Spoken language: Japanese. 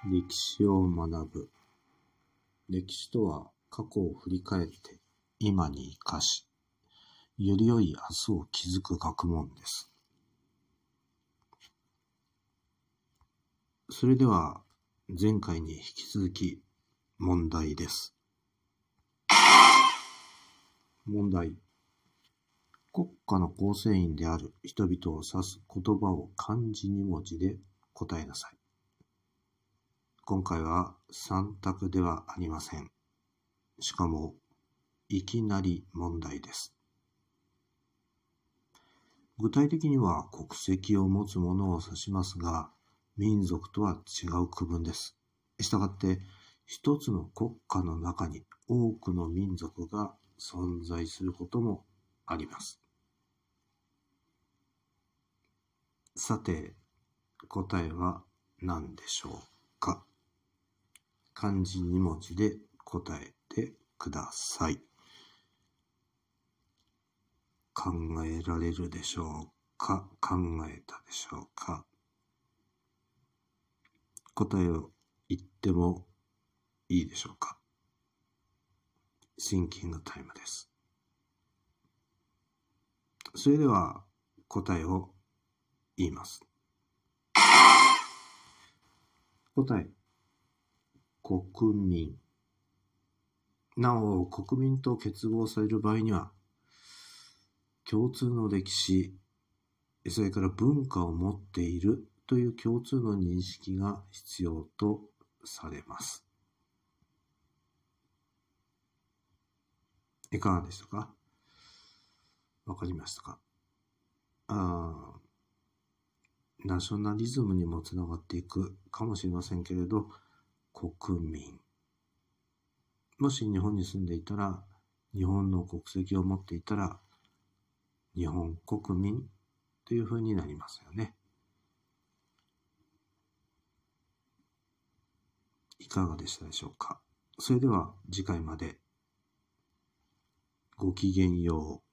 歴史を学ぶ。歴史とは過去を振り返って今に生かし、より良い明日を築く学問です。それでは前回に引き続き問題です。問題。国家の構成員である人々を指す言葉を漢字2文字で答えなさい。今回は3択ではありません。しかも、いきなり問題です。具体的には国籍を持つ者を指しますが、民族とは違う区分です。したがって、一つの国家の中に多くの民族が存在することもあります。さて、答えは何でしょうか。漢字2文字で答えてください。考えられるでしょうか。考えたでしょうか。答えを言ってもいいでしょうか。シンキングタイムです。それでは答えを言います。答え、国民。なお、国民と結合される場合には、共通の歴史、それから文化を持っているという共通の認識が必要とされます。いかがでしたか？わかりましたか？ナショナリズムにもつながっていくかもしれませんけれど、国民。もし日本に住んでいたら、日本の国籍を持っていたら、日本国民というふうになりますよね。いかがでしたでしょうか。それでは次回までごきげんよう。